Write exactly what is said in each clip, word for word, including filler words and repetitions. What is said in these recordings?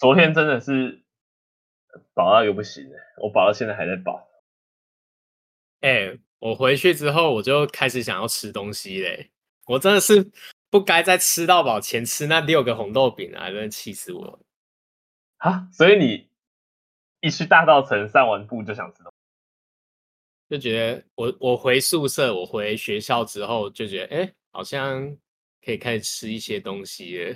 昨天真的是饱到一个不行了，我饱到现在还在饱。 哎、欸，我回去之后我就开始想要吃东西嘞，我真的是不该在吃到饱前吃那六个红豆饼啊，真的气死我了。 啊！所以你一去大稻埕散完步就想吃东西， 就觉得我我回宿舍，我回学校之后就觉得，哎、欸，好像可以开始吃一些东西了。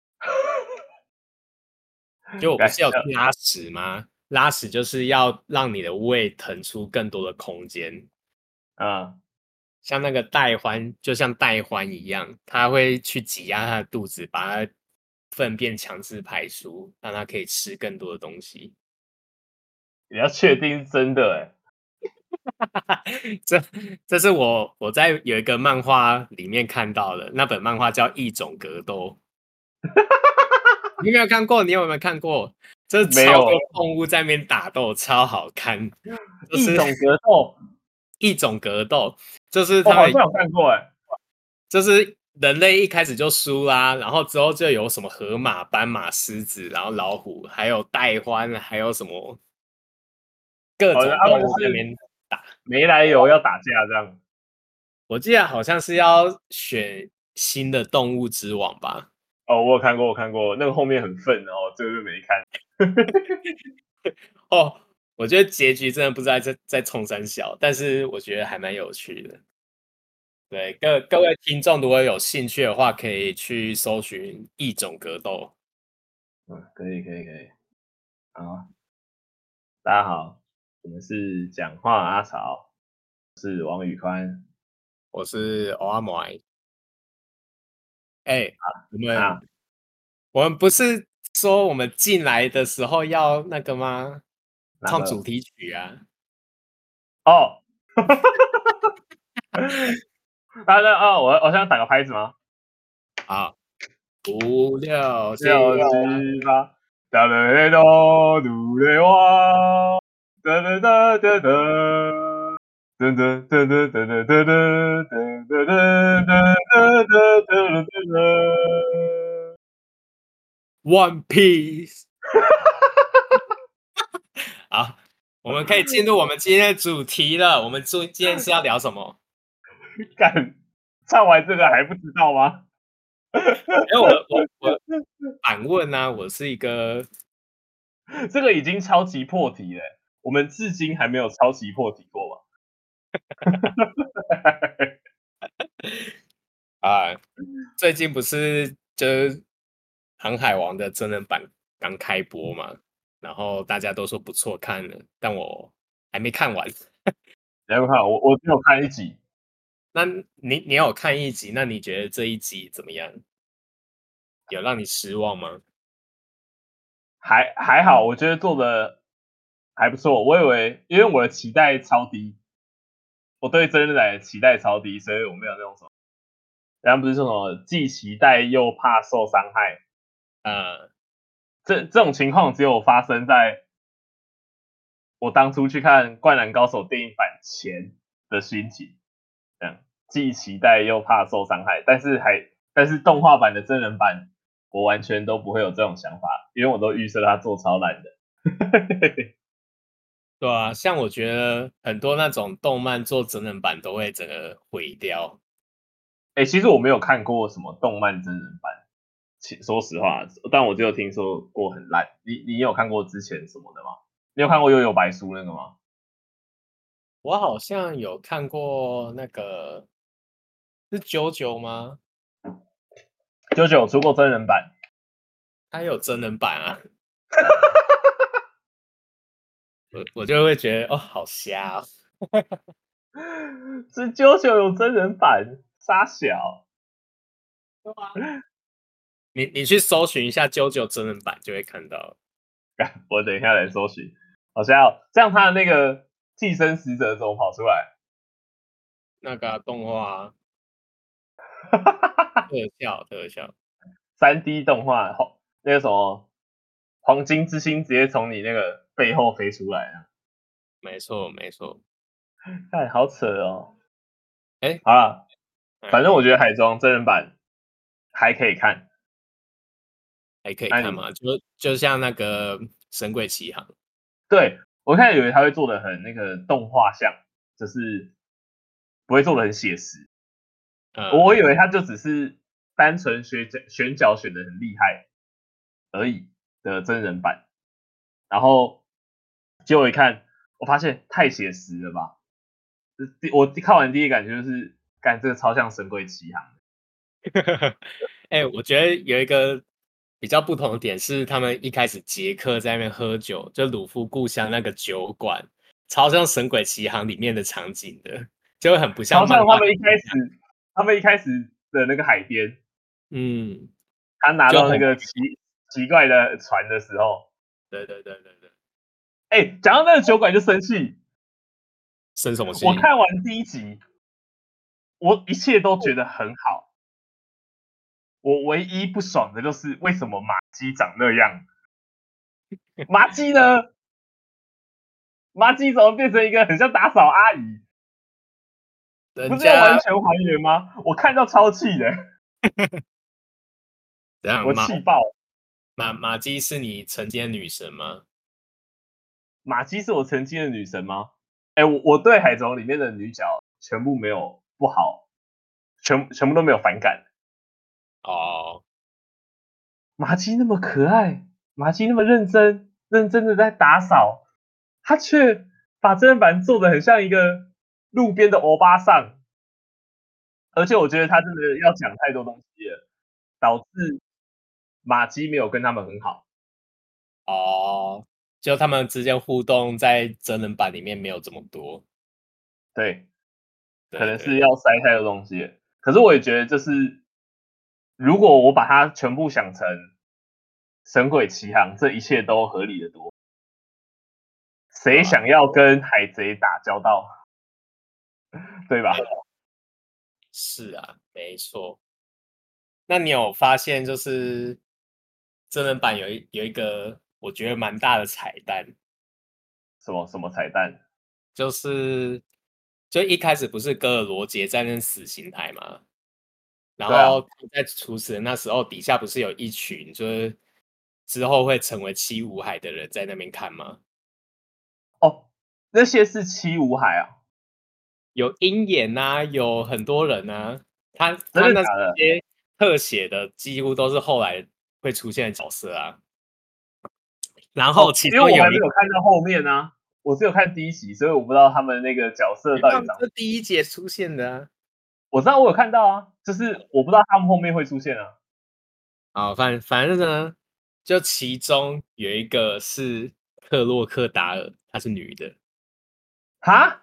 就我不是有拉屎吗？拉屎就是要让你的胃腾出更多的空间。 嗯， 像那个代欢，就像代欢一样，他会去挤压他的肚子，把他粪便强制排出，让他可以吃更多的东西。 你要确定是真的哎、 这这是我我在有一个漫画里面看到的，那本漫画叫《异种格斗》，你有没有看过？你有没有看过？这超多没有动物在那边打斗，超好看。就是异种格斗， 异种格斗，就是他们我好像有看过哎、 就是人类一开始就输啦，然后之后就有什么河马、斑马、狮子，然后老虎，还有袋獾，还有什么各好像他们种动物在那是边打。 没来由要打架这样。 我记得好像是要选新的动物之王吧。 哦，我有看过，我看过，那个后面很愤哦，这个就没看。 哦，我觉得结局真的不知道在在冲三小，但是我觉得还蛮有趣的。对，各各位听众如果有兴趣的话，可以去搜寻异种格斗。 嗯，可以，可以，可以。好，大家好，我们是讲话阿曹，我是王宇宽我是欧阿莫埃。哎，我们啊。 我们不是说我们进来的时候要那个吗？ 哪个？ 唱主题曲啊！ 哦，大家哦，我我想打个拍子吗？ 好，五六七六八， 七八，哒嘞嘞哆，嘟嘞哇，哒哒哒哒哒，噔噔噔噔噔噔噔噔噔噔噔噔噔噔噔噔。 One Piece。好，我们可以进入我们今天的主题了。我们今今天是要聊什么？ 干，唱完这个还不知道吗？ 因为我我我反问啊，我是一个这个已经超级破题了，我们至今还没有超级破题过吧？ 啊，最近不是就是《航海王》的真人版刚开播嘛，然后大家都说不错看了，但我还没看完。 你要不看？我我只有看一集， 那你你有看一集，那你觉得这一集怎么样？有让你失望吗？ 还还好，我觉得做的还不错。我以为，因为我的期待超低，我对真人版的期待超低，所以我没有那种什么，人家不是说什么既期待又怕受伤害， 呃， 这这种情况只有发生在我当初去看《灌篮高手》电影版前的心情，这样既期待又怕受伤害，但是还但是动画版的真人版，我完全都不会有这种想法，因为我都预设他做超烂的。 对啊，像我觉得很多那种动漫做真人版都会整个毁掉。 哎、欸，其实我没有看过什么动漫真人版，说实话，但我就有听说过很烂。你你有看过之前什么的吗？你有看过《幽游白书》那个吗？ 我好像有看过那个是九九吗？ 九九出过真人版， 它有真人版啊，我我就会觉得哦，好瞎哦。 是九九有真人版，傻小。 对啊，你你去搜寻一下九九真人版就会看到。 我等一下来搜寻，好像要这样，他的那个替身使者怎么跑出来？ 那个啊动画啊特效特效。 三 D 动画，那个什么黄金之星直接从你那个背后飞出来啊！ 没错没错。 看，好扯哦。 哎， 好了，反哎， 正我觉得海中真人版还可以看， 还可以看吗？就就像那个《神鬼奇航》， 对我看以为他会做的很那个动画像，就是不会做的很写实。 呃， 我以为他就只是单纯选角选角选的很厉害而已的真人版，然后结果一看，我发现太写实了吧！我看完第一感觉就是，干这个超像《神鬼奇航》。 哎、欸，我觉得有一个比较不同的点是，他们一开始杰克在那边喝酒，就鲁夫故乡那个酒馆，超像《神鬼奇航》里面的场景的，就会很不像超像漫画。 他们一开始，他们一开始的那个海边， 嗯， 他拿到那个奇奇怪的船的时候， 对对对对对。 哎、欸，讲到那个酒馆就生气， 生什么气？ 我看完第一集，我一切都觉得很好。我唯一不爽的就是为什么马基长那样？马基呢？马基怎么变成一个很像打扫阿姨？不是要完全还原吗？我看到超气的， 怎样？ 我气爆！ 马马基是你曾经的女神吗？ 马基是我曾经的女神吗？哎、欸，我我对海贼里面的女角全部没有不好，全全部都没有反感。 哦， 马基那么可爱，马基那么认真，认真的在打扫，他却把真人版做的很像一个路边的欧巴桑。而且我觉得他真的要讲太多东西了，导致马基没有跟他们很好。 哦，就他们之间互动在真人版里面没有这么多。 对， 对可能是要塞太多东西了。可是我也觉得，就是如果我把它全部想成《神鬼奇航》，这一切都合理的多。谁想要跟海贼打交道，对吧？ 是啊，没错。那你有发现，就是真人版有一有一个我觉得蛮大的彩蛋？ 什么什么彩蛋？ 就是就一开始不是戈尔罗杰在那死刑台吗？然对啊， 后在处死的那时候，底下不是有一群就是之后会成为七武海的人在那边看吗？ 哦，那些是七武海啊， 有鹰眼啊，有很多人啊，他真他那的假的？ 些特写的几乎都是后来会出现的角色啊。然后哦， 其因为我还没中有一有看到后面啊，我只有看第一集，所以我不知道他们那个角色到底长。 这第一节出现的啊。 我知道我有看到啊，就是我不知道他们后面会出现啊。 好，反反正呢，就其中有一个是克洛克达尔，她是女的。 哈？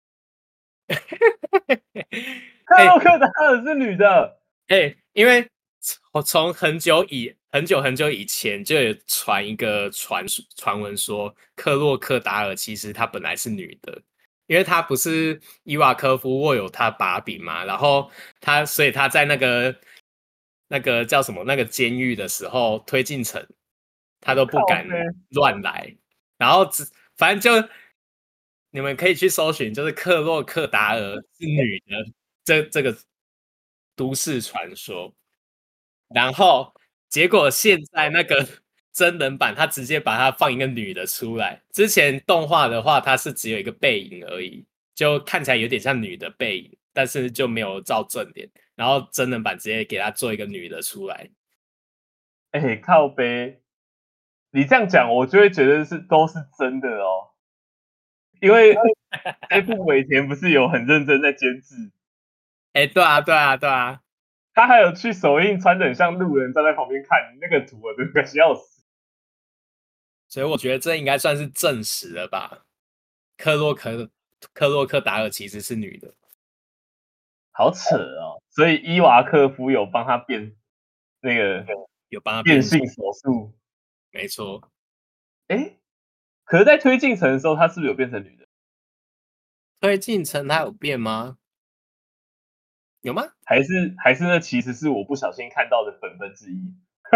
克哎洛克达尔是女的？ 哎、欸，因为我从很久以很久很久以前就有传一个传传闻说，克洛克达尔其实她本来是女的，因为她不是伊瓦科夫握有她把柄嘛，然后她所以她在那个那个叫什么那个监狱的时候推进城，她都不敢乱来，然后只反正就你们可以去搜寻，就是克洛克达尔是女的这这个都市传说。然后结果现在那个真人版，他直接把它放一个女的出来。之前动画的话，它是只有一个背影而已，就看起来有点像女的背影，但是就没有照正脸。然后真人版直接给他做一个女的出来。 哎、欸，靠背，你这样讲，我就会觉得是都是真的哦。因为这部尾田不是有很认真在监制， 哎、欸，对啊，对啊，对啊， 他还有去首映穿的很像路人站在旁边看那个图，我真的笑死。 所以我觉得这应该算是证实了吧？克洛克克洛克达尔其实是女的， 好扯哦！所以伊娃克夫有帮他变那个有帮他变性手术， 没错。 哎，可是，在推进城的时候，他是不是有变成女的？ 推进城他有变吗？有吗？ 还是还是那其实是我不小心看到的本本之一？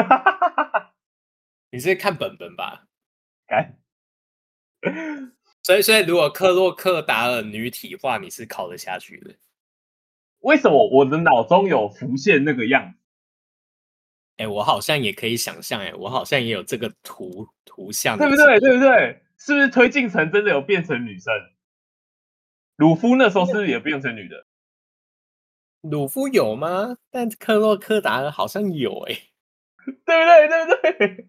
你是看本本吧？ 干， 所以，所以如果克洛克达尔女体化，你是考得下去的。 为什么我的脑中有浮现那个样子？ 哎、我好像也可以想象，哎，我好像也有这个图图像的对不对？ 记忆。 对不对？是不是推进城真的有变成女生？鲁夫那时候是不是也变成女的？ 鲁夫有吗？但克洛克达好像有哎、 对不对？对不对？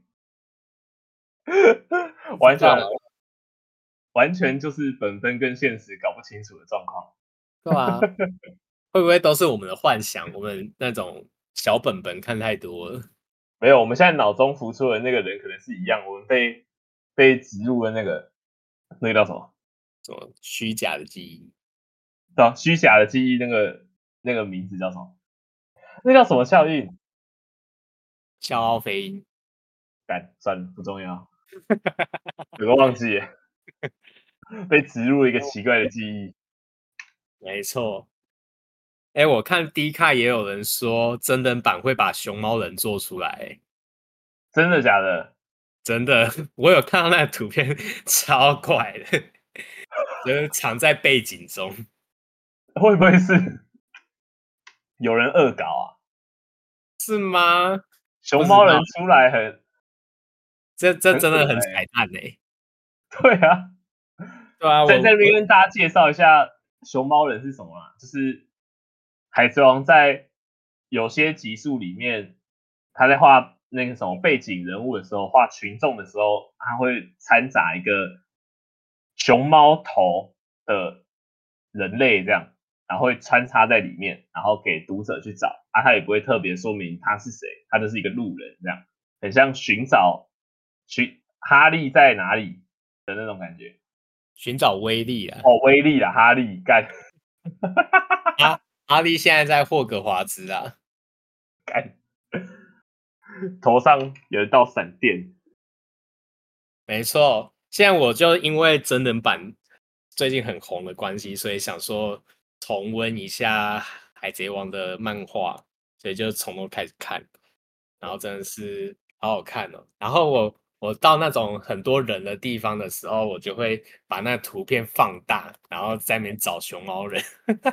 完全不知道啊， 完全就是本分跟现实搞不清楚的状况。 对吧？会不会都是我们的幻想？我们那种小本本看太多了， 没有，我们现在脑中浮出的那个人可能是一样，我们被被植入的那个那个叫什么？ 什么虚假的记忆？ 对吧？虚假的记忆，那个那个名字叫什么？那叫什么效应？ 笑傲飞鹰， 干，算了，不重要，有个忘记了，被植入了一个奇怪的记忆。 没错。哎、我看 D 卡也有人说真人版会把熊猫人做出来、欸， 真的假的？ 真的，我有看到那个图片，超怪的，就是藏在背景中。 会不会是有人恶搞啊？ 是吗？不知道， 熊猫人出来很这这很真的很恶哎、 彩蛋哎、 对啊， 对啊， 在在这边我我跟大家介绍一下熊猫人是什么啊？就是海贼王在有些集数里面，他在画那个什么背景人物的时候，画群众的时候，他会掺杂一个熊猫头的人类这样，然后会穿插在里面，然后给读者去找啊，他也不会特别说明他是谁，他就是一个路人这样，很像寻找寻哈利在哪里的那种感觉。 寻找威力啊。 哦，威力啦，哈利干阿阿力现在在霍格华兹啊， 干，头上有一道闪电。 没错。现在我就因为真人版最近很红的关系，所以想说重温一下海贼王的漫画，所以就从头开始看，然后真的是好好看哦。然后我我到那种很多人的地方的时候，我就会把那图片放大，然后在那边找熊猫人。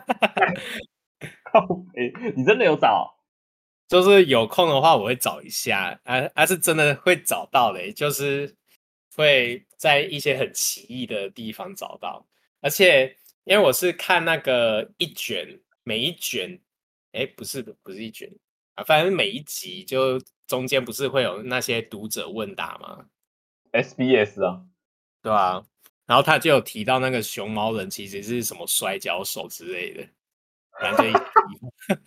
靠北，你真的有找？ 就是有空的话，我会找一下，啊，啊是真的会找到的，就是会在一些很奇异的地方找到，而且因为我是看那个一卷，每一卷，哎，不是不是一卷啊，反正每一集就中间不是会有那些读者问答吗？ S B S 啊， 对啊，然后他就有提到那个熊猫人其实是什么摔跤手之类的，反正就一提。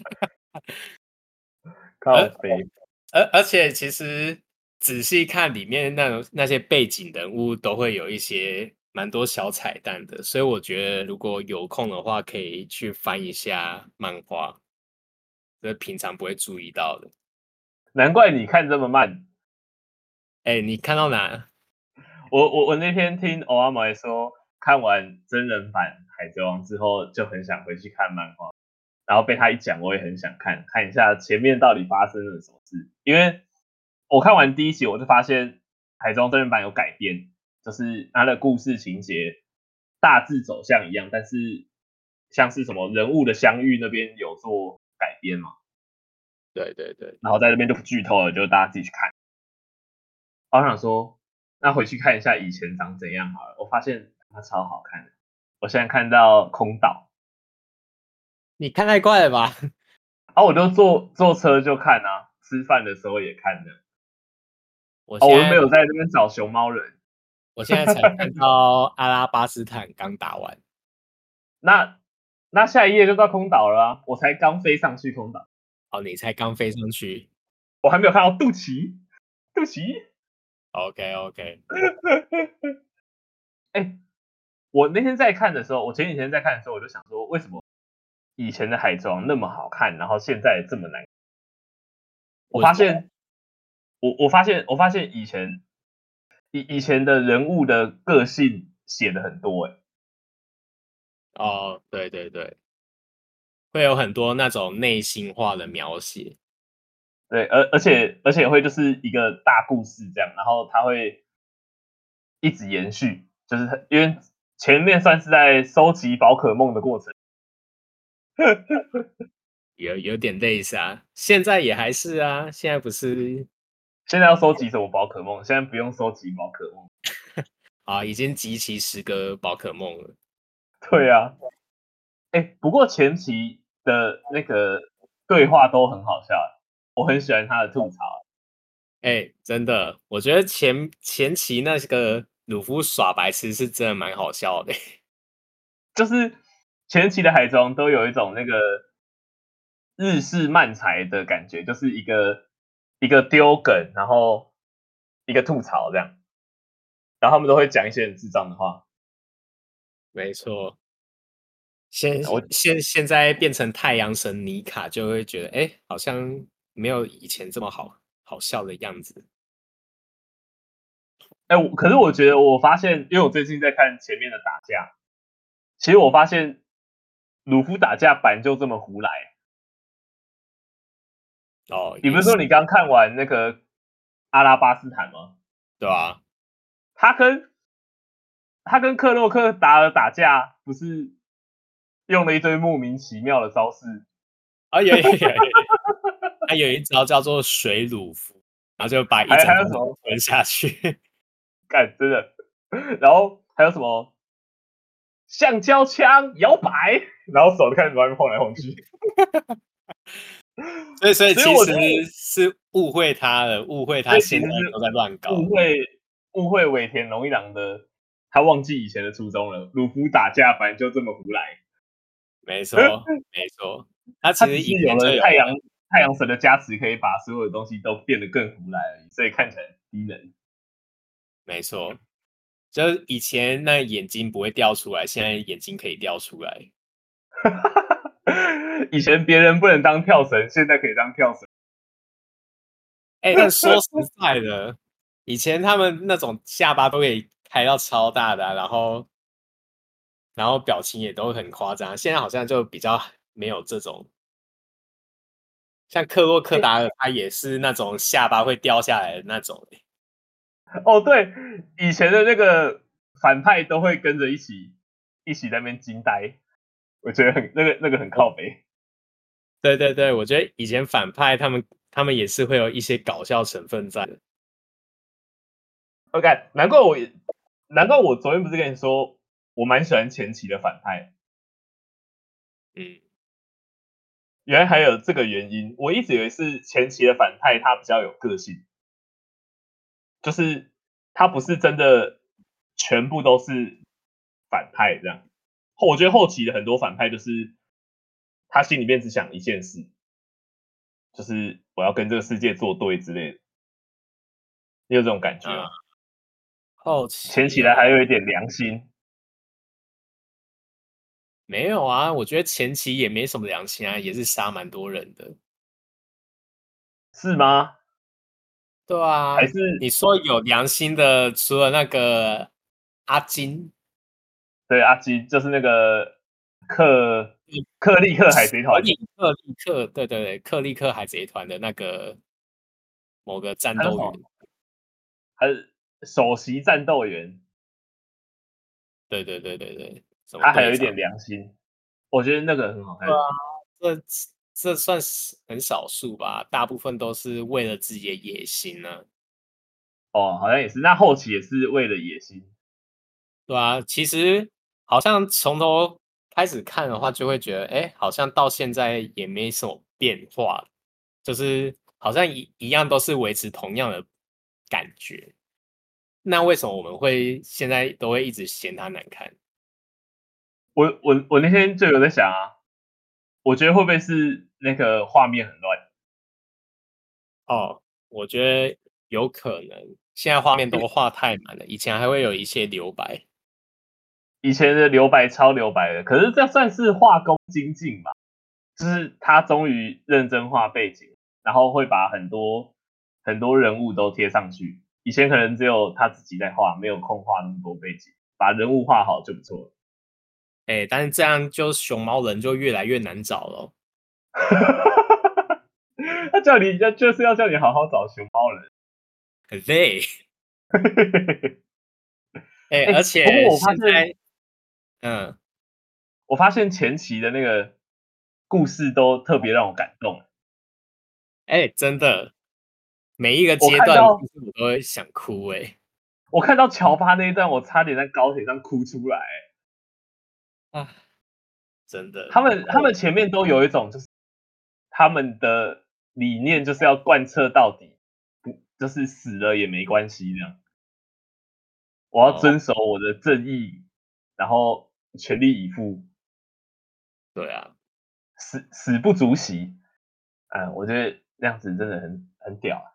而靠北， 而而且其实仔细看里面那种那些背景人物都会有一些蛮多小彩蛋的，所以我觉得如果有空的话，可以去翻一下漫画，这平常不会注意到的。 难怪你看这么慢。 哎，你看到哪？ 我我我那天听欧阿毛说，看完真人版《海贼王》之后，就很想回去看漫画。然后被他一讲，我也很想看看一下前面到底发生了什么事。因为我看完第一集，我就发现海贼王真人版有改编，就是它的故事情节大致走向一样，但是像是什么人物的相遇那边有做改编嘛， 对对对， 然后在那边就不剧透了，就大家自己去看。我想说，那回去看一下以前长怎样好了。我发现它超好看的。我现在看到空岛， 你看太快了吧？ 啊，我就坐坐车就看啊，吃饭的时候也看的。哦， 我现在我都没有在那边找熊猫人。 我现在才看到阿拉巴斯坦刚打完。 那那下一页就到空岛了啊，我才刚飞上去空岛， 哦，你才刚飞上去。 我还没有看到肚脐，肚脐。 OK OK， 哎，我那天在看的时候，我前几天在看的时候，我就想说，为什么以前的海贼王那么好看，然后现在这么难？我为什么？ 发现，我我发现，我发现以前以以前的人物的个性写的很多、欸，哎， 哦，对对对，会有很多那种内心化的描写。 对，而而且而且会就是一个大故事这样，然后它会一直延续，就是因为前面算是在收集宝可梦的过程， 有有点类似啊，现在也还是啊，现在不是现在要收集什么宝可梦？现在不用收集宝可梦。 啊，已经集齐十个宝可梦了。 对啊，哎、欸，不过前期的那个对话都很好笑，我很喜欢他的吐槽。 哎、欸，真的，我觉得前前期那个鲁夫耍白痴是真的蛮好笑的。 就是前期的海中都有一种那个日式漫才的感觉，就是一个一个丢梗，然后一个吐槽这样，然后他们都会讲一些很智障的话。 没错，现我现现在变成太阳神尼卡，就会觉得哎、欸，好像没有以前这么好好笑的样子。 哎、欸，可是我觉得我发现，因为我最近在看前面的打架，其实我发现鲁夫打架版就这么胡来。 哦， 你不是说你刚看完那个阿拉巴斯坦吗？ 对啊， 他跟他跟克洛克达尔打架，不是用了一堆莫名其妙的招式？ 啊有有有有，他有一招叫做水鲁夫，然后就把一整桶都吞下去。 干，真的。然后还有什么橡胶枪摇摆，然后手开始乱晃来晃去。 所以，所以其实所以我觉得是误会他了，误会他这其现在实是都在乱搞， 误会误会尾田荣一郎的，他忘记以前的初衷了。鲁夫打架反正就这么胡来， 没错，没错。他其他只实以是有前就有了太阳太阳神的加持，可以把所有的东西都变得更胡来而已，所以看起来低能。 没错，就是以前那眼睛不会掉出来，现在眼睛可以掉出来。 以前别人不能当跳绳，现在可以当跳绳。 哎、欸，但说实在的，以前他们那种下巴都可以开到超大的、啊，然后然后表情也都很夸张，现在好像就比较没有这种。像克洛克达尔，他也是那种下巴会掉下来的那种、欸。 哦，对，以前的那个反派都会跟着一起一起在那边惊呆，我觉得很那个那个很靠北。 对对对，我觉得以前反派他们他们也是会有一些搞笑成分在的。 OK，难怪我难怪我昨天不是跟你说我蛮喜欢前期的反派， 嗯， 原来还有这个原因。我一直以为是前期的反派他比较有个性，就是他不是真的全部都是反派这样。我觉得后期的很多反派就是他心里面只想一件事，就是我要跟这个世界作对之类的，你有这种感觉吗？ 啊，后前期哦， 期的还有一点良心， 没有啊，我觉得前期也没什么良心啊，也是杀蛮多人的。 是吗？ 对啊， 还是你说有良心的，除了那个阿金， 对阿基就是那个克克利克海贼团， 所以克利克，对对对，克利克海贼团的那个某个战还有什么？ 斗员， 还是首席战斗员， 对对对对对，什么队长？ 他还有一点良心，我觉得那个很好看。 对啊，这这算是很少数吧，大部分都是为了自己的野心呢、 哦，好像也是，那后期也是为了野心。 对啊，其实好像从头开始看的话，就会觉得，哎，好像到现在也没什么变化，就是好像一一样都是维持同样的感觉。那为什么我们会现在都会一直嫌它难看？ 我我我那天就有在想啊，我觉得会不会是那个画面很乱？ 哦，我觉得有可能，现在画面都画太满了，以前还会有一些留白。 以前的留白超留白的，可是这算是画工精进吧？就是他终于认真画背景，然后会把很多很多人物都贴上去。以前可能只有他自己在画，没有空画那么多背景，把人物画好就不错了。 哎，但是这样就熊猫人就越来越难找了。 他叫你，就是要叫你好好找熊猫人。 很累。哎， 哎、 而且不过我发现， 现在，嗯， 我发现前期的那个故事都特别让我感动。 哎、欸，真的，每一个我阶段的看到故事我都会想哭、欸。哎， 我看到乔巴那一段，我差点在高铁上哭出来、欸。 啊，真的， 他们他们前面都有一种就是他们的理念就是要贯彻到底，不就是死了也没关系这样。我要遵守我的正义，然后全力以赴。 对啊， 死死不足惜。嗯，我觉得这样子真的很很屌啊。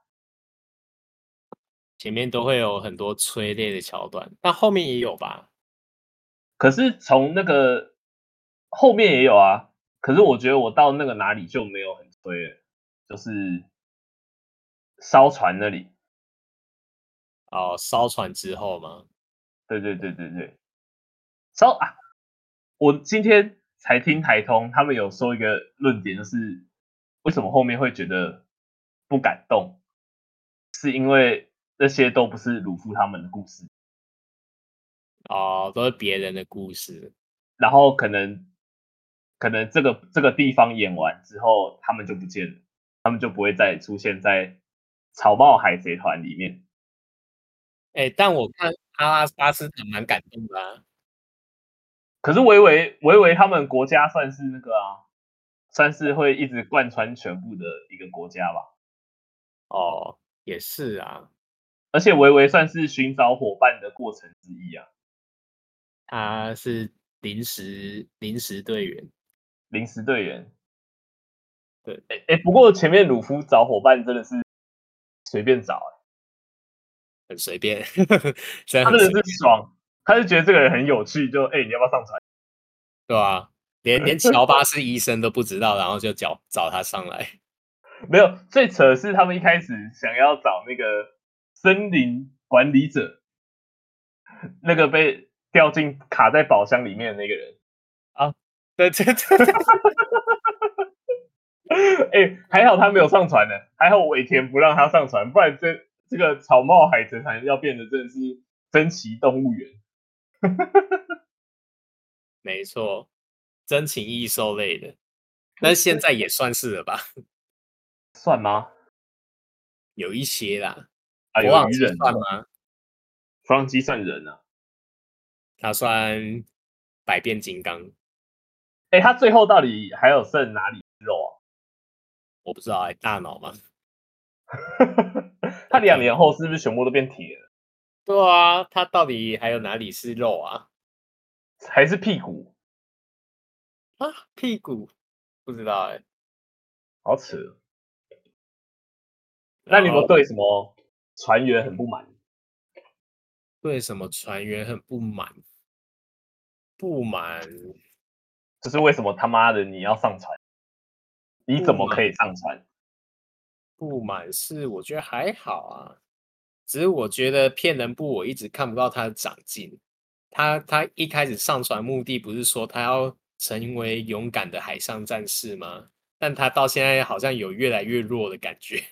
前面都会有很多催泪的桥段，但后面也有吧？ 可是从那个后面也有啊，可是我觉得我到那个哪里就没有很催了，就是烧船那里。 哦，烧船之后吗？ 对对对对对，烧啊！我今天才听台通，他们有说一个论点，就是为什么后面会觉得不感动，是因为那些都不是鲁夫他们的故事。 哦，都是别人的故事。 然后可能可能这个这个地方演完之后，他们就不见了，他们就不会再出现在草帽海贼团里面。 哎、欸，但我看阿拉巴斯坦蛮感动的啊。 可是维维维维他们国家算是那个啊，算是会一直贯穿全部的一个国家吧。 哦，也是啊， 而且维维算是寻找伙伴的过程之一啊。 他是临时临时队员。 临时队员。 对， 哎哎，不过前面鲁夫找伙伴真的是随便找、欸， 很随便，虽然他真的很随便， 是爽，他就觉得这个人很有趣，就哎、欸、你要不要上船？ 对吧？连连乔巴是医生都不知道，然后就找找他上来。 没有，最扯的是他们一开始想要找那个森林管理者，那个被掉进卡在宝箱里面的那个人。 啊，对对对对， 哎、欸，还好他没有上船呢，还好尾田不让他上船，不然这这个草帽海贼团要变得真的是珍奇动物园。 没错，真情异兽类的，但是现在也算是了吧， 算吗？ 有一些啦。 啊， 佛朗机有鱼人， 算吗？ 弗朗基算人啊。 他算百变金刚。 哎、欸，他最后到底还有剩哪里肉啊？ 我不知道哎、欸，大脑吗？ 他两年后是不是全部都变铁了？ 对啊，他到底还有哪里是肉啊？ 还是屁股？ 啊，屁股不知道哎、欸。 好扯。那然后你有没有对什么船员很不满？ 对什么船员很不满？不满， 就是为什么他妈的你要上船？你怎么可以上船？ 不满是我觉得还好啊，只是我觉得骗人部我一直看不到他的长进。他他一开始上船目的不是说他要成为勇敢的海上战士吗？但他到现在好像有越来越弱的感觉。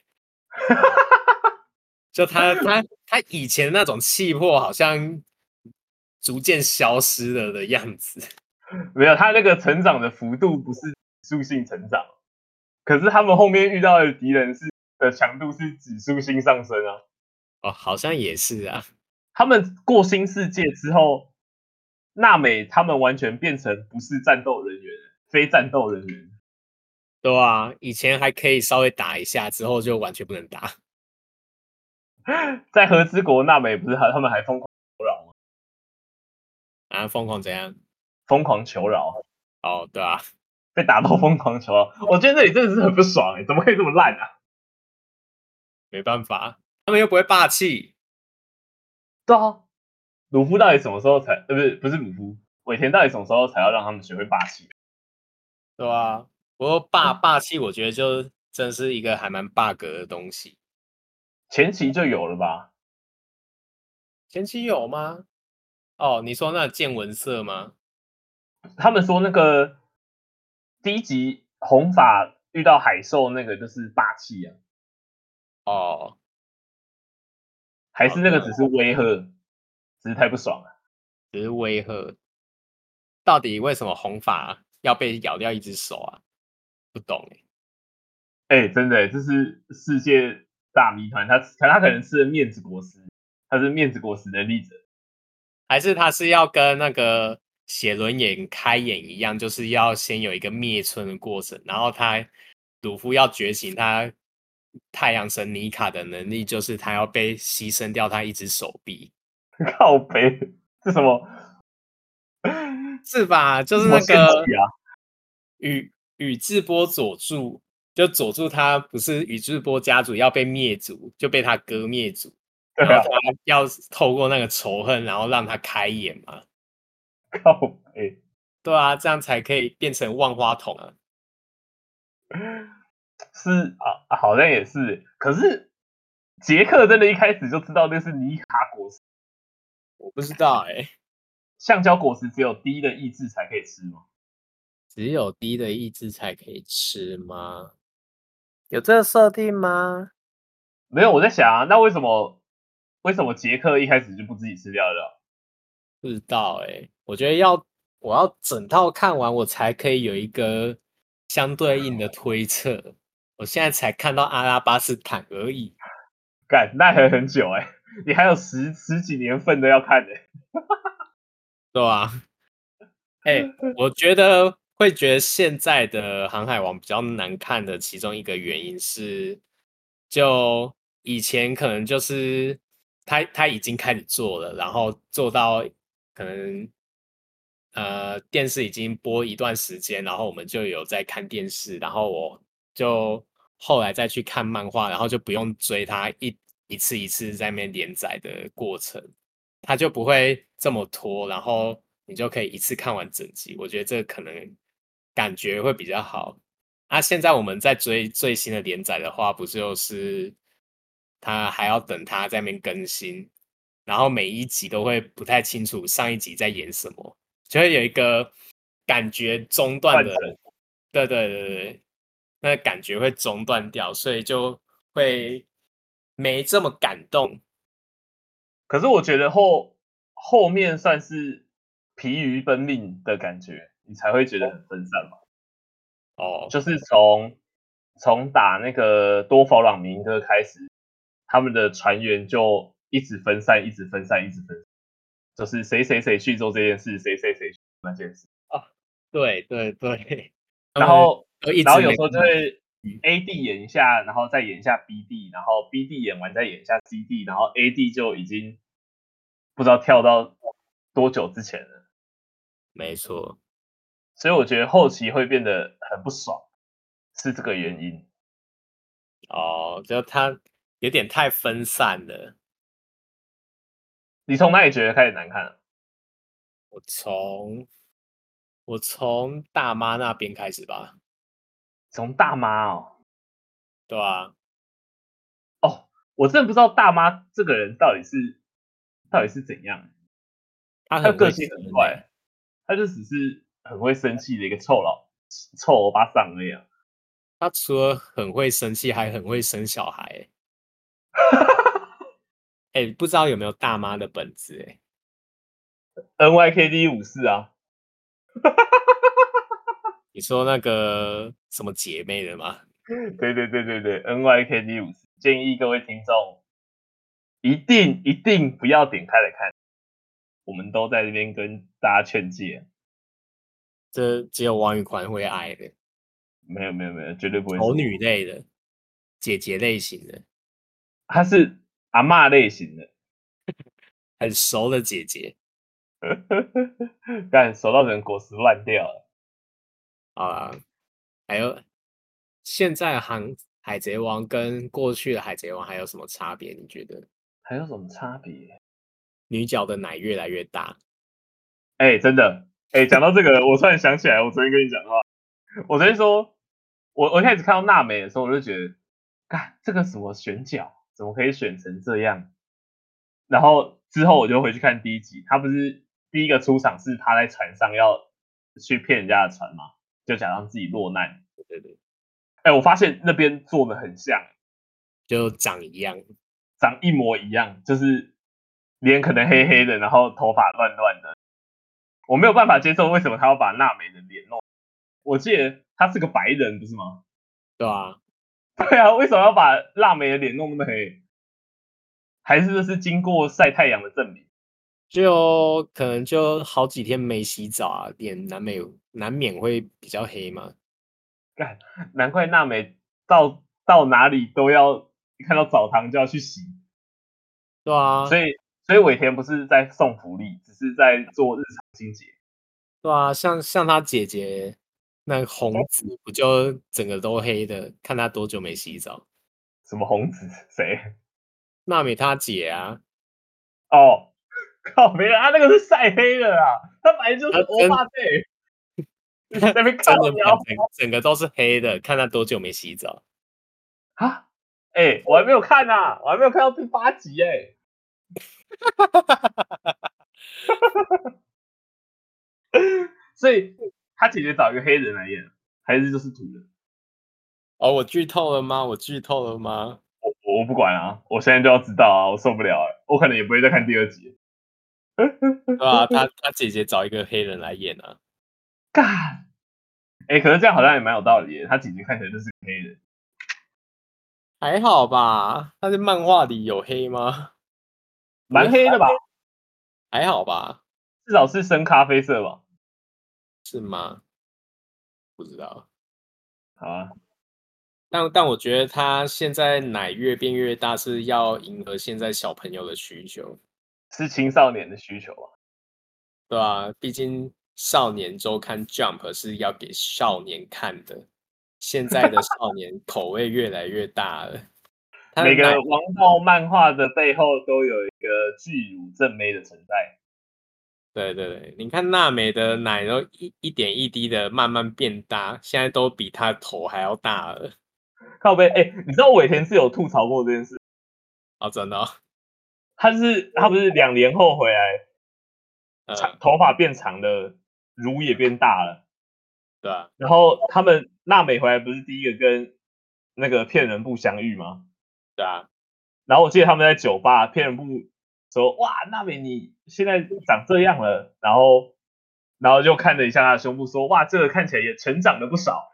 就他他他以前那种气魄好像逐渐消失了的样子。 没有，他那个成长的幅度不是指数性成长，可是他们后面遇到的敌人是的强度是指数性上升啊。 哦，好像也是啊。 他们过新世界之后，娜美他们完全变成不是战斗人员，非战斗人员。 对啊，以前还可以稍微打一下，之后就完全不能打。 在和之国，娜美不是他们还疯狂求饶吗？ 啊，疯狂怎样？ 疯狂求饶， 哦，对啊， 被打到疯狂求饶，我觉得那里真的是很不爽哎、欸，怎么可以这么烂啊？ 没办法，他们又不会霸气。 对啊，鲁夫到底什么时候才？呃，不是不是鲁夫，尾田到底什么时候才要让他们学会霸气？ 对啊，不过霸霸气，我觉得就真是一个还蛮 bug 的东西。 前期就有了吧？ 前期有吗？哦，你说那见闻色吗？ 他们说那个第一集红发遇到海兽那个就是霸气啊， 哦， 还是那个只是威吓，只是太不爽了。 只是威吓。到底为什么红发要被咬掉一只手啊？ 不懂哎、 哎、欸，真的、欸，这是世界大谜团。他他可能吃了面子果实，他是面子果实的例子。 还是他是要跟那个写轮眼开眼一样，就是要先有一个灭村的过程，然后他鲁夫要觉醒他太阳神尼卡的能力，就是他要被牺牲掉他一只手臂。 靠北，这什么？ 是吧？就是那个啊， 宇宇智波佐助，就佐助他不是宇智波家族要被灭族，就被他哥灭族， 对啊， 然后他要透过那个仇恨，然后让他开眼嘛。 靠北， 对啊，这样才可以变成万花筒啊。 是啊，好像也是。可是杰克真的一开始就知道那是尼卡果实， 我不知道哎、欸， 橡胶果实只有低的意志才可以吃吗？ 只有低的意志才可以吃吗？有这个设定吗？ 没有，我在想啊，那为什么为什么杰克一开始就不自己吃掉了？ 不知道哎、欸，我觉得要我要整套看完，我才可以有一个相对应的推测。我现在才看到阿拉巴斯坦而已。 干，那还很久哎、欸，你还有十十几年份的要看的、欸。 对吧？哎、欸，我觉得会觉得现在的航海王比较难看的其中一个原因是，就以前可能就是他他已经开始做了，然后做到可能呃电视已经播一段时间，然后我们就有在看电视，然后我就后来再去看漫画，然后就不用追他一一次一次在那边连载的过程。它就不会这么拖，然后你就可以一次看完整集。我觉得这可能感觉会比较好。啊，现在我们在追最新的连载的话，不就是他还要等他在那边更新，然后每一集都会不太清楚上一集在演什么，就会有一个感觉中断的，对对对对，那感觉会中断掉，所以就会没这么感动。 可是我觉得后后面算是疲于奔命的感觉，你才会觉得很分散嘛。 哦， 就是从从打那个多弗朗明哥开始，他们的船员就一直分散，一直分散，一直分散，就是谁谁谁去做这件事，谁谁谁去做那件事。 啊，对对对，他们然后都一直没然后有时候就会 A D 演一下，然后再演一下 B D，然后 B D 演完再演一下 C D，然后 A D 就已经不知道跳到多久之前了。 没错。 所以我觉得后期会变得很不爽，是这个原因。 哦，就他有点太分散了。 你从哪里觉得开始难看了？ 我从我从大妈那边开始吧， 从大妈哦， 对吧？ 哦，我真的不知道大妈这个人到底是到底是怎样， 他很会他的个性很折呢、 怪，他就只是很会生气的一个臭老臭欧巴桑而已、啊。 他除了很会生气，还很会生小孩、欸。哎、欸，不知道有没有大妈的本子、欸？ N Y K D 五四啊， 你说那个什么姐妹的吗？ 对对对对对，N Y K D 五四，建议各位听众一定一定不要点开来看，我们都在这边跟大家劝诫。 这只有王宇宽会爱的， 没有没有没有，绝对不会是丑我。 女类的，姐姐类型的， 他是阿嬷类型的， 很熟的姐姐。 干熟到人果实烂掉了。 好啦，还有现在航海贼王跟过去的海贼王还有什么差别？你觉得还有什么差别？ 女角的奶越来越大？ 哎、欸，真的，哎、欸，讲到这个，我突然想起来，我昨天跟你讲的话，我昨天说，我我一开始看到娜美的时候，我就觉得，干这个什么选角，怎么可以选成这样？然后之后我就回去看第一集，他不是第一个出场是他在船上要去骗人家的船嘛，就假装自己落难。 对对对， 哎、欸，我发现那边做的很像， 就长一样。 长一模一样，就是脸可能黑黑的，然后头发乱乱的。我没有办法接受为什么他要把娜美的脸弄。我记得他是个白人不是吗？ 对啊， 对啊，为什么要把腊梅的脸弄那么黑？还是这是经过晒太阳的证明？ 就可能就好几天没洗澡啊，脸难免难免会比较黑嘛。 干，难怪娜美到到哪里都要一看到澡堂就要去洗。 对啊， 所以所以尾田不是在送福利，只是在做日常清洁。 对啊，像像他姐姐那个红子不就整个都黑的，看他多久没洗澡。 什么红子？谁？ 娜美他姐啊， 哦，靠，没人，他那个是晒黑的啦，他本来就是他真欧巴对，在那边靠真的腰整整个都是黑的，看他多久没洗澡。 啊！哎、欸，我还没有看啊，我还没有看到第八集哎、欸。所以他姐姐找一个黑人来演，还是就是土人？ 哦，我剧透了吗？我剧透了吗？ 我我不管啊，我现在就要知道啊，我受不了了，我可能也不会再看第二集。 对啊，他他姐姐找一个黑人来演啊。 干，哎、欸，可是这样好像也蛮有道理的，他姐姐看起来就是个黑人。 还好吧？他在漫画里有黑吗？ 蛮黑的吧？ 还好吧？ 至少是深咖啡色吧？ 是吗？不知道。 好啊， 但但我觉得他现在奶越变越大，是要迎合现在小朋友的需求， 是青少年的需求啊。 对吧、毕竟少年周刊 Jump 是要给少年看的，现在的少年口味越来越大了。 每个王道漫画的背后都有一个巨乳正妹的存在。 对对对，你看娜美的奶都一一点一滴的慢慢变大，现在都比她头还要大了。 靠背，哎、欸，你知道尾田是有吐槽过这件事？ 哦，真的、哦？ 他是他不是两年后回来，长、 嗯， 头发变长了，乳也变大了。 对啊， 然后他们娜美回来不是第一个跟那个骗人部相遇吗？ 对啊， 然后我记得他们在酒吧，骗人部说：“哇，娜美你现在长这样了。”然后然后就看了一下他的胸部，说：“哇，这个看起来也成长了不少。”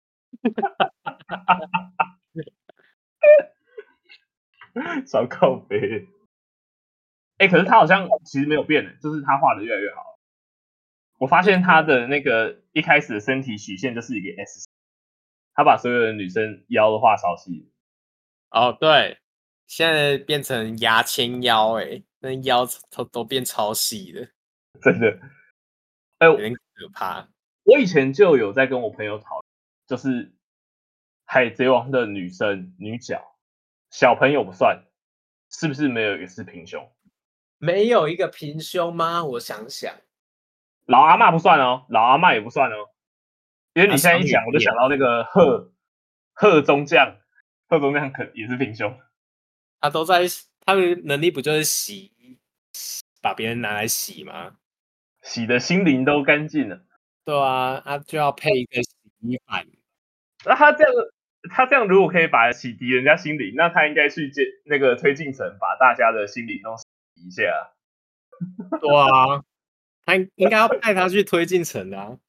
超靠背。哎、欸，可是他好像其实没有变，就是他画的越来越好。我发现他的那个一开始的身体曲线就是一个 S， 他把所有的女生腰都画超细。 哦对，现在变成牙签腰，哎，那腰都都变超细的， 真的。哎、 有点可怕。 我以前就有在跟我朋友讨论，就是海贼王的女生女角，小朋友不算，是不是没有一个是平胸？ 没有一个平胸吗？我想想， 老阿嬷不算哦，老阿嬷也不算哦，因为你现在一想，我就想到那个贺贺中将，贺中将可也是平胸。 他都在，他的能力不就是洗，把别人拿来洗吗？ 洗的心灵都干净了。 对啊，他就要配一个洗衣板。 那他这样，他这样如果可以把洗涤人家心灵，那他应该去接那个推进城，把大家的心灵都洗一下。 对啊，他应该要派他去推进城的啊。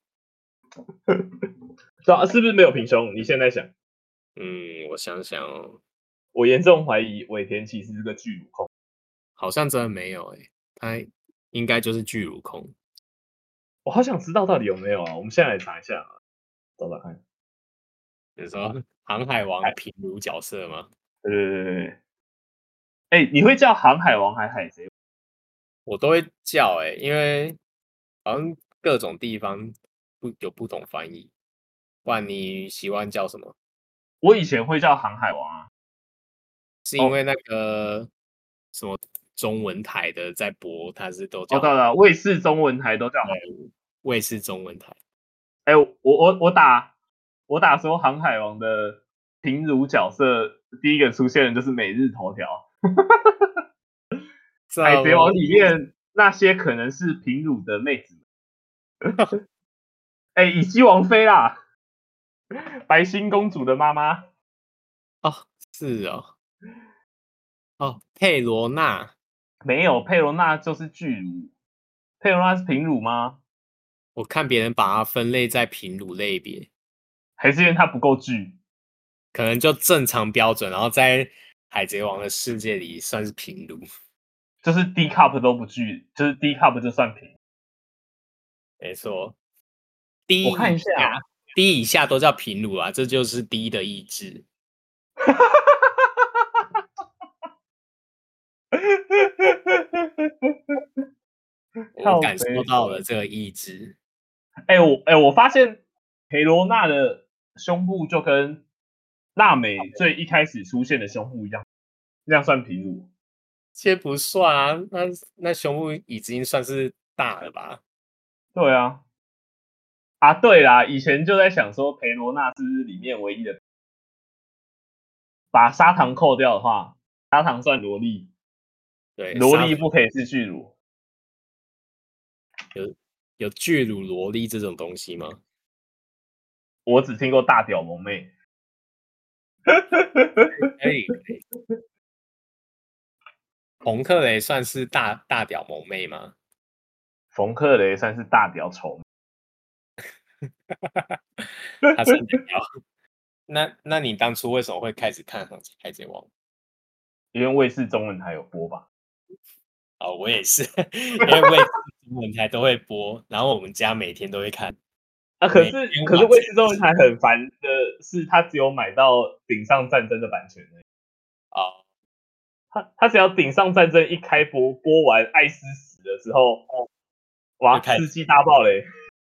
对啊，是不是没有平胸？你现在想？ 嗯，我想想哦， 我严重怀疑尾田其实是个巨乳控。 好像真的没有诶、他应该就是巨乳控。 我好想知道到底有没有啊！我们现在来查一下啊，找找看。 你说航海王平乳角色吗？ 对对对对对。哎、欸，你会叫航海王还海贼王？ 我都会叫诶、因为好像各种地方不有不同翻译。不然你喜欢叫什么？ 我以前会叫航海王啊。 是因为那个什么中文台的在播，它是都叫哦，对了，卫视中文台都叫航。 卫视中文台。 哎、欸，我我我打我打说航海王的平乳角色，第一个出现的就是每日头条。海贼王里面那些可能是平乳的妹子。哎、欸，以姬王妃啦，白星公主的妈妈。 哦，是哦，哦，佩罗娜没有，佩罗娜就是巨乳。佩罗娜是平乳吗？ 我看别人把它分类在平乳类别。 还是因为它不够巨？ 可能就正常标准，然后在海贼王的世界里算是平路， 就是 D cup 都不巨，就是 D cup 就算平。 没错，D 我看以一下、哦、 下，D 以下都叫平路啊，这就是 D 的意志。我感受到了这个意志。 哎、欸，我哎、欸，我发现裴罗娜的胸部就跟娜美最一开始出现的胸部一样，那样算平乳？ 其实不算啊，那那胸部已经算是大了吧？ 对啊，啊对啦，以前就在想说裴罗娜是不是里面唯一的，把砂糖扣掉的话，砂糖算萝莉， 对， 萝莉不可以是巨乳。 有有巨乳萝莉这种东西吗？ 我只听过大屌萌妹。 可以，可以。冯克雷算是大大屌萌妹吗？ 冯克雷算是大屌丑。 他算屌。那那你当初为什么会开始看《海海贼王》？ 因为卫视中文台有播吧？ 哦，我也是，因为卫视中文台都会播，然后我们家每天都会看。 啊，可是可是卫视中文台很烦的是，他只有买到顶上战争的版权而已。 哦， 他他只要顶上战争一开播，播完艾斯死的时候，哦、哇，世纪大爆雷！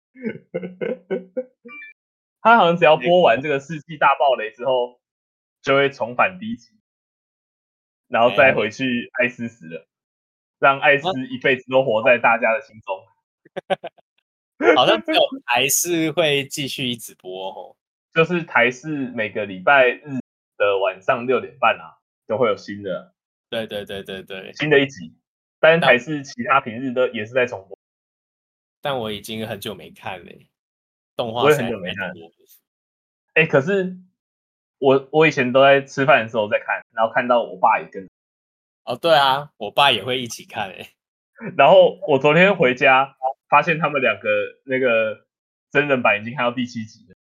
他好像只要播完这个世纪大爆雷之后，就会重返第一集，然后再回去艾斯死了，让艾斯一辈子都活在大家的心中。 好像只有台视会继续一直播哦， 就是台视每个礼拜日的晚上六点半啊，都会有新的， 对对对对对， 新的一集。但是台视其他平日都也是在重播。 但我已经很久没看了，动画我也很久没看。哎、欸，可是我我以前都在吃饭的时候在看，然后看到我爸也跟。 哦，对啊，我爸也会一起看诶。 然后我昨天回家，发现他们两个那个真人版已经看到第七集了。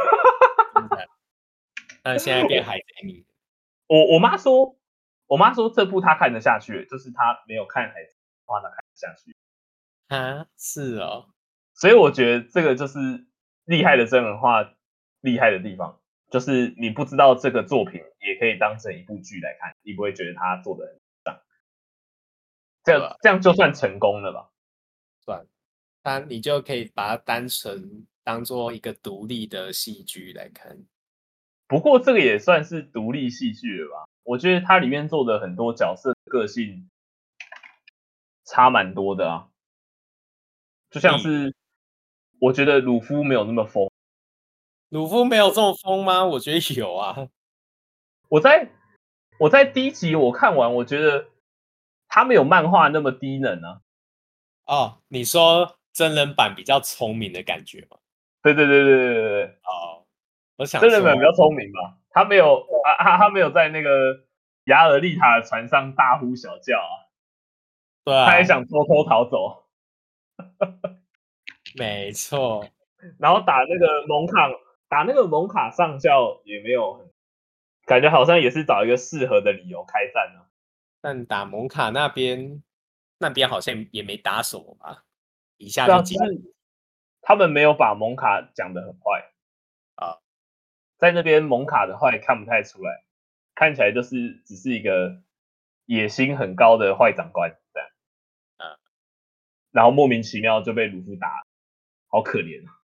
那现在变海贼迷。 我我妈说，我妈说这部她看得下去，就是她没有看海贼的话，她看得下去。 啊，是哦。 所以我觉得这个就是厉害的真人化厉害的地方，就是你不知道这个作品也可以当成一部剧来看，你不会觉得他做的很脏。这样、啊、这样就算成功了吧？ 算，那你就可以把它单纯当做一个独立的戏剧来看。 不过这个也算是独立戏剧了吧？我觉得它里面做的很多角色个性差蛮多的啊，就像是我觉得鲁夫没有那么疯。 鲁夫没有这么疯吗？我觉得有啊。 我在我在第一集我看完，我觉得他没有漫画那么低能啊。 哦，你说真人版比较聪明的感觉吗？ 对对对对对对对。 哦，我想真人版比较聪明吧，他没有啊，他他没有在那个雅尔丽塔的船上大呼小叫啊， 对啊， 他还想偷偷逃走。 没错。 然后打那个蒙卡，打那个蒙卡上校也没有很，感觉好像也是找一个适合的理由开战啊。 但打蒙卡那边，那边好像也没打什么吧，一下就进。 他们没有把蒙卡讲得很坏啊， 在那边蒙卡的坏看不太出来，看起来就是只是一个野心很高的坏长官这样。 嗯， 然后莫名其妙就被鲁夫打了，好可怜啊。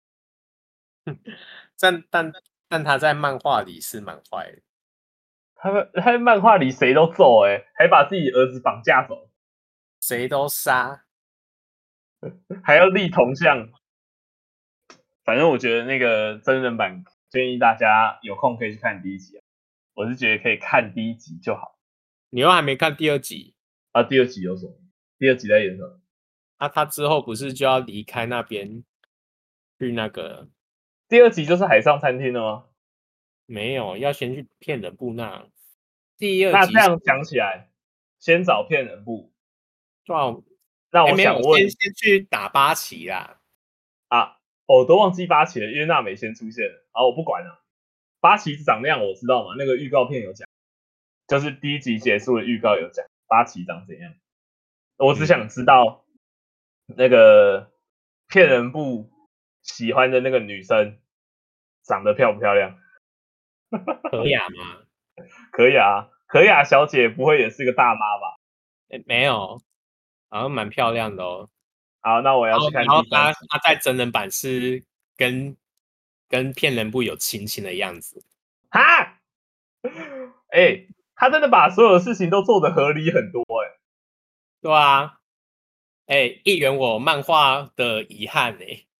但但但他在漫画里是蛮坏的。 他们他在漫画里谁都揍哎、欸，还把自己儿子绑架走， 谁都杀， 还要立铜像。反正我觉得那个真人版建议大家有空可以去看第一集啊，我是觉得可以看第一集就好。 你又还没看第二集啊？第二集有什么？第二集在演什么？ 啊，他之后不是就要离开那边去那个？ 第二集就是海上餐厅了吗？ 没有，要先去骗人部那。第二集那这样讲起来，先找骗人部。 对啊， 那我想问， 欸、先先去打八旗啦。 啊， 哦，我都忘记八旗了，因为娜美先出现了。好，我不管了。八旗长那样我知道嘛，那个预告片有讲，就是第一集结束的预告有讲八旗长怎样。我只想知道、嗯、那个骗人部喜欢的那个女生长得漂不漂亮？ 可雅吗？ 可以啊，可雅小姐不会也是个大妈吧？ 欸、没有，好像蛮漂亮的哦。 好，那我要去看然后第三集。 他他在真人版是跟跟骗人部有亲亲的样子。 哈，哎、欸，他真的把所有的事情都做得合理很多、欸，哎。 对啊，哎、欸，一圆我漫画的遗憾哎、欸。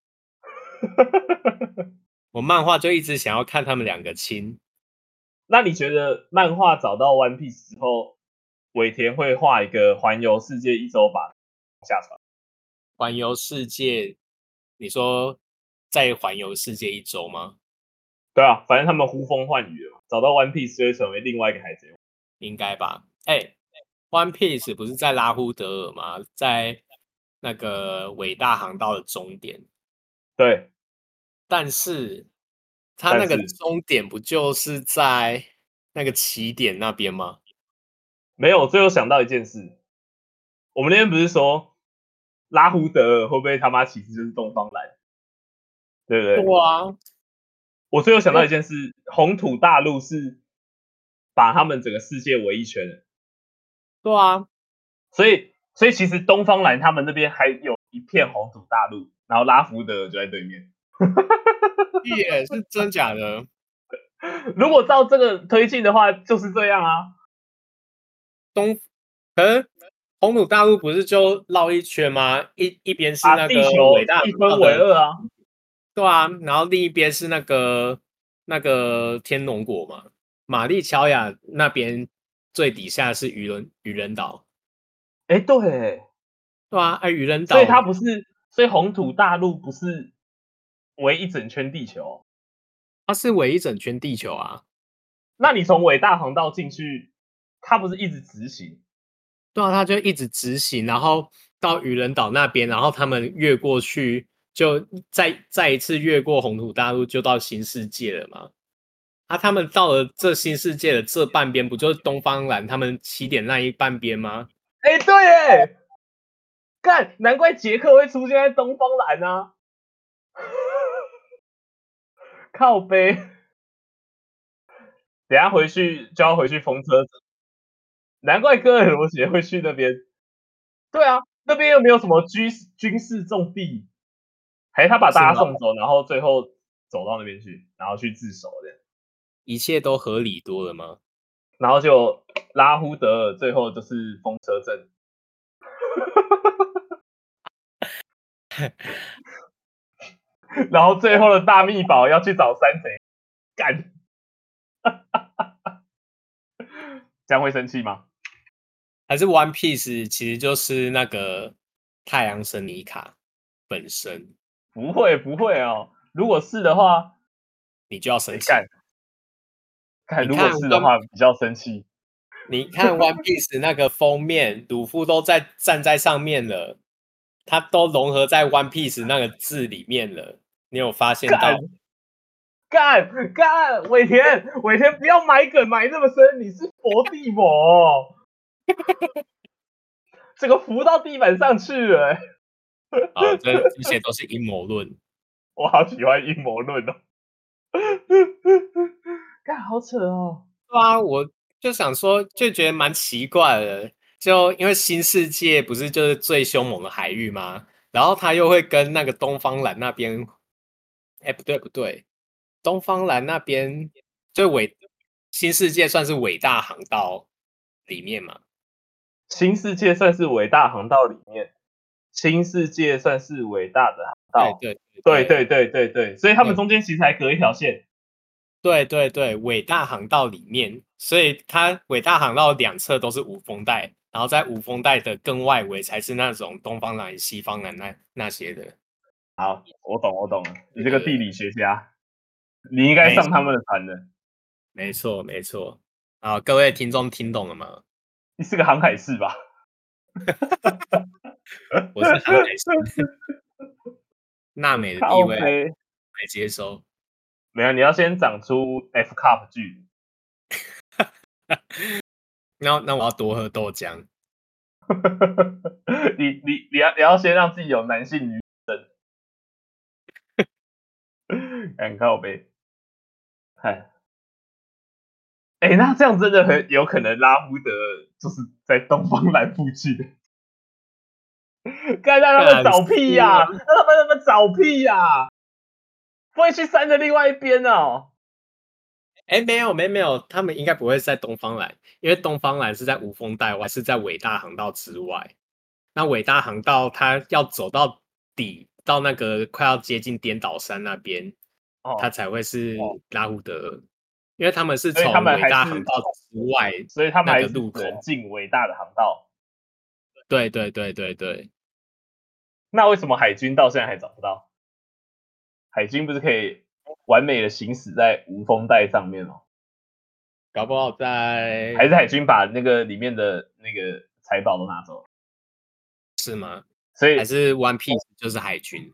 我漫画就一直想要看他们两个亲。 那你觉得漫画找到 One Piece 之后，尾田会画一个环游世界一周版下船？ 环游世界，你说在环游世界一周吗？ 对啊，反正他们呼风唤雨了嘛，找到 One Piece 就会成为另外一个海贼王。 应该吧？哎、欸、，One Piece 不是在拉呼德尔吗？在那个伟大航道的终点。 对， 但是它那个终点不就是在那个起点那边吗？ 没有，我最后想到一件事，我们那天不是说拉胡德尔会不会他妈其实就是东方蓝，对不对？ 对啊。 我最后想到一件事，红土大陆是把他们整个世界围一圈的。 对啊， 所以所以其实东方蓝他们那边还有一片红土大陆，然后拉福德尔就在对面。 也是真假的？ 如果照这个推进的话，就是这样啊。 东，可是红土大陆不是就绕一圈吗？一一边是那个伟大一分为二啊。 对啊，然后另一边是那个那个天龙国嘛，玛丽乔亚那边最底下是愚人愚人岛。 哎、欸，对， 对啊，哎，愚人岛， 所以它不是，所以红土大陆不是围一整圈地球， 它是围一整圈地球啊。 那你从伟大航道进去，它不是一直直行？ 对啊，它就一直直行，然后到愚人岛那边，然后他们越过去，就再再一次越过红土大陆，就到新世界了嘛。啊，他们到了这新世界的这半边，不就是东方蓝他们起点那一半边吗？ 哎、欸，对耶，干，难怪杰克会出现在东方蓝啊！靠背，等下回去就要回去封车子，难怪哥尔罗杰会去那边。对啊，那边又没有什么军军事重地，还是他把大家送走，然后最后走到那边去，然后去自首的， 一切都合理多了吗？ 然后就拉胡德尔最后就是封车阵。然后最后的大秘宝要去找山贼，干，这样会生气吗？ 还是 One Piece 其实就是那个太阳神尼卡本身？ 不会不会哦，如果是的话， 你就要生气。 干，看如果是的话，比较生气。 你看 One Piece 那个封面，鲁夫都在站在上面了，他都融合在 One Piece 那个字里面了，你有发现到？ 干干，尾田尾田不要埋梗埋那么深，你是佛地魔、哦，这个浮到地板上去了、欸。 啊，这这些都是阴谋论。 我好喜欢阴谋论哦，干好扯哦。 对啊，我就想说，就觉得蛮奇怪的。就因为新世界不是就是最凶猛的海域吗？然后他又会跟那个东方蓝那边，哎，不对不对，东方蓝那边就伟新世界算是伟大航道里面嘛？ 新世界算是伟大航道里面，新世界算是伟大的航道。 对对对对对对对，所以他们中间其实还隔一条线。 对对对，伟大航道里面，所以它伟大航道两侧都是无风带，然后在无风带的更外围才是那种东方蓝、西方蓝那那些的。 好，我懂我懂了，你这个地理学家，你应该上他们的船的。 没错没错。好，各位听众听懂了吗？ 你是个航海士吧？ 我是航海士。 娜美的地靠位北来接收。 没有，你要先长出 F cup 距。 那那我要多喝豆浆。 你你你要你要先让自己有男性女生，很靠北。哎，哎，那这样真的很有可能拉夫德就是在东方蓝附近。该让他们找屁呀、啊！让他们他们找屁呀、啊！不会去山的另外一边哦。 哎，没有，没没有，他们应该不会在东方蓝，因为东方蓝是在无风带外，是在伟大航道之外。那伟大航道它要走到底，到那个快要接近颠倒山那边， 哦、 它才会是拉胡德，因为他们是所以他从伟们还是大航道之外所以他们那还是只个路口。 能进伟大的航道。 对对对对对。 那为什么海军到现在还找不到？海军不是可以完美的行驶在无风带上面吗？ 搞不好在还是海军把那个里面的那个财宝都拿走了？ 是吗？ 所以还是 One Piece 就是海军？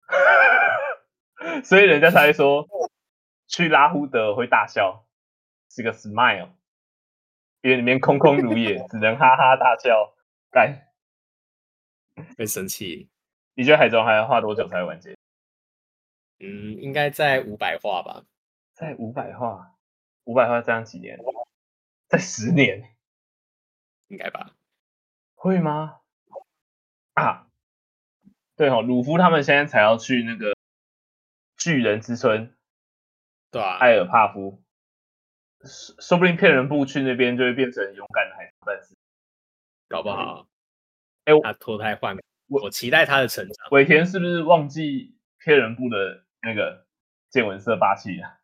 所以人家才会说去拉胡德会大笑，是个 smile， 因为里面空空如也，只能哈哈大笑。干， 会生气。 你觉得海中还要花多久才会完结？ 嗯，应该在五百话吧。 在五百话，五百话这样几年？在十年？ 应该吧？ 会吗？啊，对哦，鲁夫他们现在才要去那个巨人之村， 对啊， 埃尔帕夫，说说不定骗人部去那边就会变成勇敢的海上战士。 搞不好哎， 他脱胎换骨， 我我期待他的成长。 尾田是不是忘记骗人部的那个见闻色霸气了？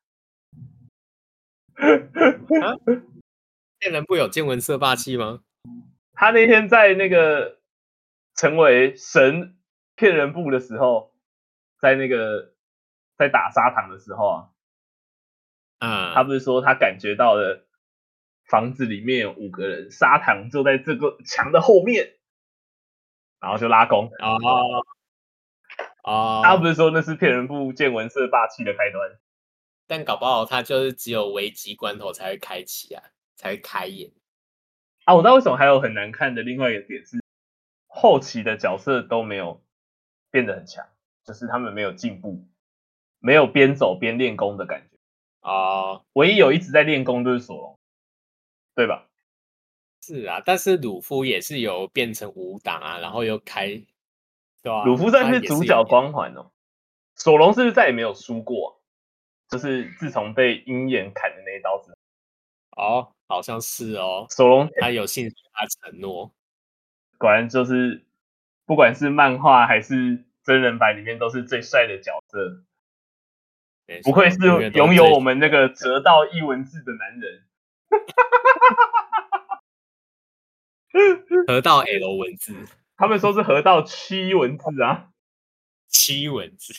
啊，骗人不有见闻色霸气吗？ 他那天在那个成为神骗人部的时候，在那个在打砂糖的时候啊， 啊、 他不是说他感觉到了房子里面有五个人，砂糖就在这个墙的后面，然后就拉弓。 哦哦， 他不是说那是骗人部见闻色霸气的开端？ 但搞不好他就是只有危急关头才会开启啊，才会开眼。 啊，我知道为什么还有很难看的另外一个点是，后期的角色都没有变得很强，就是他们没有进步，没有边走边练功的感觉。 哦， 唯一有一直在练功就是索隆，对吧？ 是啊，但是鲁夫也是有变成武党啊，然后又开，对吧、 鲁夫算他是主角也是有光环哦。索隆是不是再也没有输过啊？就是自从被鹰眼砍的那一刀之后， 哦，好像是哦， 索隆他有信守他承诺。 果然就是不管是漫画还是真人版里面都是最帅的角色， 没错， 不愧是永远都拥有最我们那个折到一文字的男人。 河道 L 文字， 他们说是合到七文字啊， 七文字，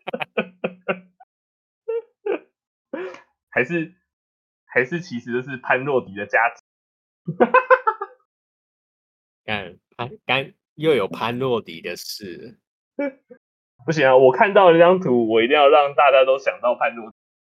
还是还是其实就是潘若迪的家庭。 看潘刚又有潘若迪的事。 不行啊！我看到这张图，我一定要让大家都想到潘若迪。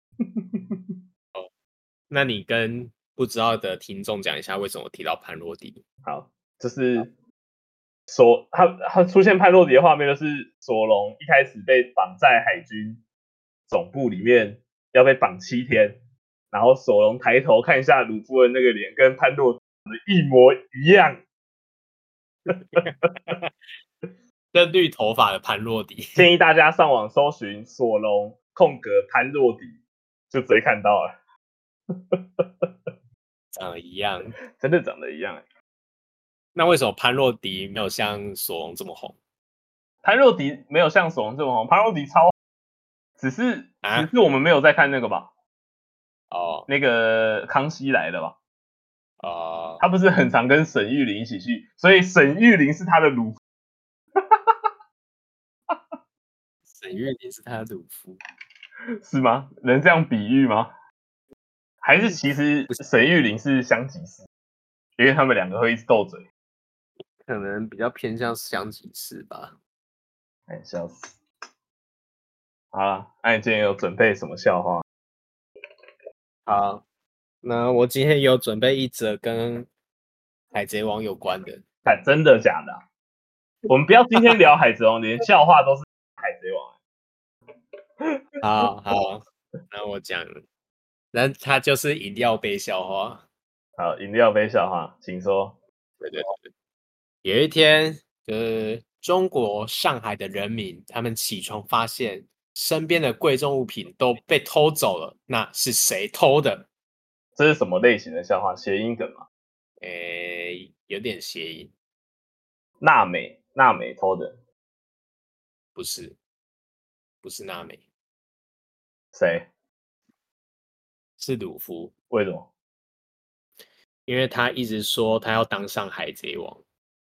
那你跟不知道的听众讲一下，为什么提到潘若迪？ 好，就是索他他出现潘若迪的画面，就是索隆一开始被绑在海军总部里面，要被绑七天，然后索隆抬头看一下鲁夫的那个脸，跟潘若迪一模一样。 这绿头发的潘若迪， 建议大家上网搜寻索隆空格潘若迪，就直接看到了。 长得一样。 真的长得一样。 那为什么潘若迪没有像索隆这么红？ 潘若迪没有像索隆这么红，潘若迪超，只是、啊、只是我们没有在看那个吧？ 哦， 那个康熙来了吧？ 哦， 他不是很常跟沈玉琳一起去，所以沈玉琳是他的鲁夫。 沈玉琳是他的鲁夫， 是吗？能这样比喻吗？还是其实沈玉琳是香吉士，因为他们两个会一直斗嘴， 可能比较偏向香吉士吧。 哎，笑死。 好了，那你今天有准备什么笑话？ 好，那我今天有准备一则跟海贼王有关的。 看，真的假的、啊？我们不要今天聊海贼王，连笑话都是海贼王。 好好，那我讲，那它就是饮料杯笑话。 好，饮料杯笑话，请说。 对对对，有一天，就是中国上海的人民，他们起床发现身边的贵重物品都被偷走了，那是谁偷的？ 这是什么类型的笑话？谐音梗吗？ 诶，有点谐音， 娜美，娜美偷的， 不是，不是娜美， 谁？ 是鲁夫， 为什么？ 因为他一直说他要当上海贼王。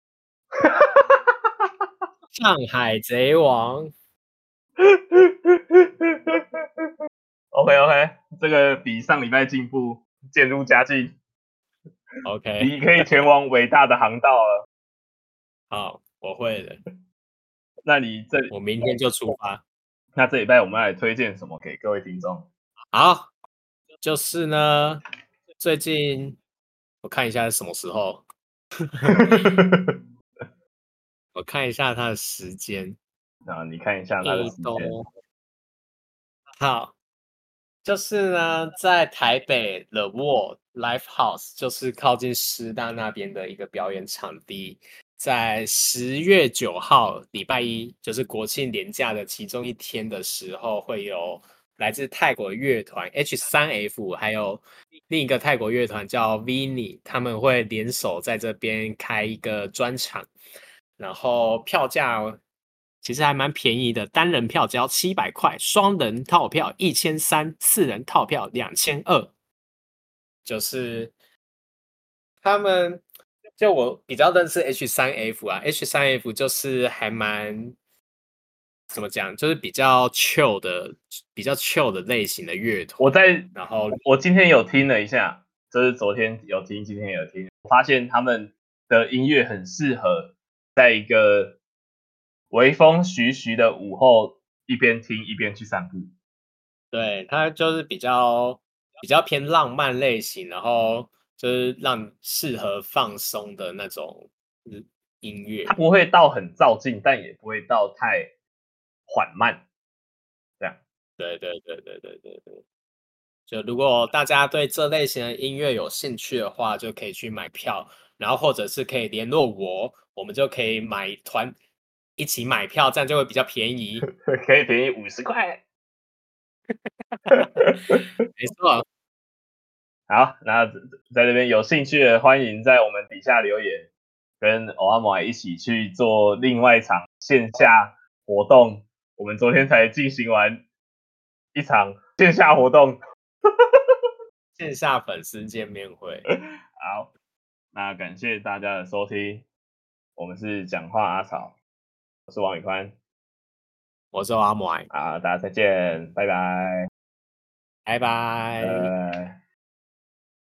上海贼王 OK OK，这个比上礼拜进步，渐入佳境。 ，OK， 你可以前往伟大的航道了。 好，我会的， 那你这我明天就出发。 那这礼拜我们来推荐什么给各位听众？ 好，就是呢，最近我看一下是什么时候，我看一下它的时间。 啊，你看一下它的一时间。 都好，就是呢，在台北 The Wall Live House，就是靠近师大那边的一个表演场地，在十月九号礼拜一，就是国庆连假的其中一天的时候，会有来自泰国乐团 H 三 F， 还有另一个泰国乐团叫 Vinny， 他们会联手在这边开一个专场，然后票价其实还蛮便宜的，单人票只要七百块，双人套票一千三，四人套票两千二。就是他们，就我比较认识 H 三 F 啊 ，H 三 F 就是还蛮怎么讲，就是比较 chill 的、比较 chill 的类型的乐团。 我在， 然后我今天有听了一下，就是昨天有听，今天有听，我发现他们的音乐很适合在一个微风徐徐的午后，一边听一边去散步。 对，它就是比较比较偏浪漫类型，然后就是让适合放松的那种嗯音乐。 它不会到很躁进，但也不会到太缓慢，这样。 对对对对对对对。就如果大家对这类型的音乐有兴趣的话，就可以去买票，然后或者是可以联络我，我们就可以买团一起买票，这样就会比较便宜。 可以便宜五十块。 没错， 好，那在这边有兴趣的，欢迎在我们底下留言，跟欧阿莫一起去做另外一场线下活动。我们昨天才进行完一场线下活动。 线下粉丝见面会。 好，那感谢大家的收听，我们是讲话阿草，我是王宇宽， 我是阿莫， 好，大家再见，拜拜， 拜拜。 拜拜。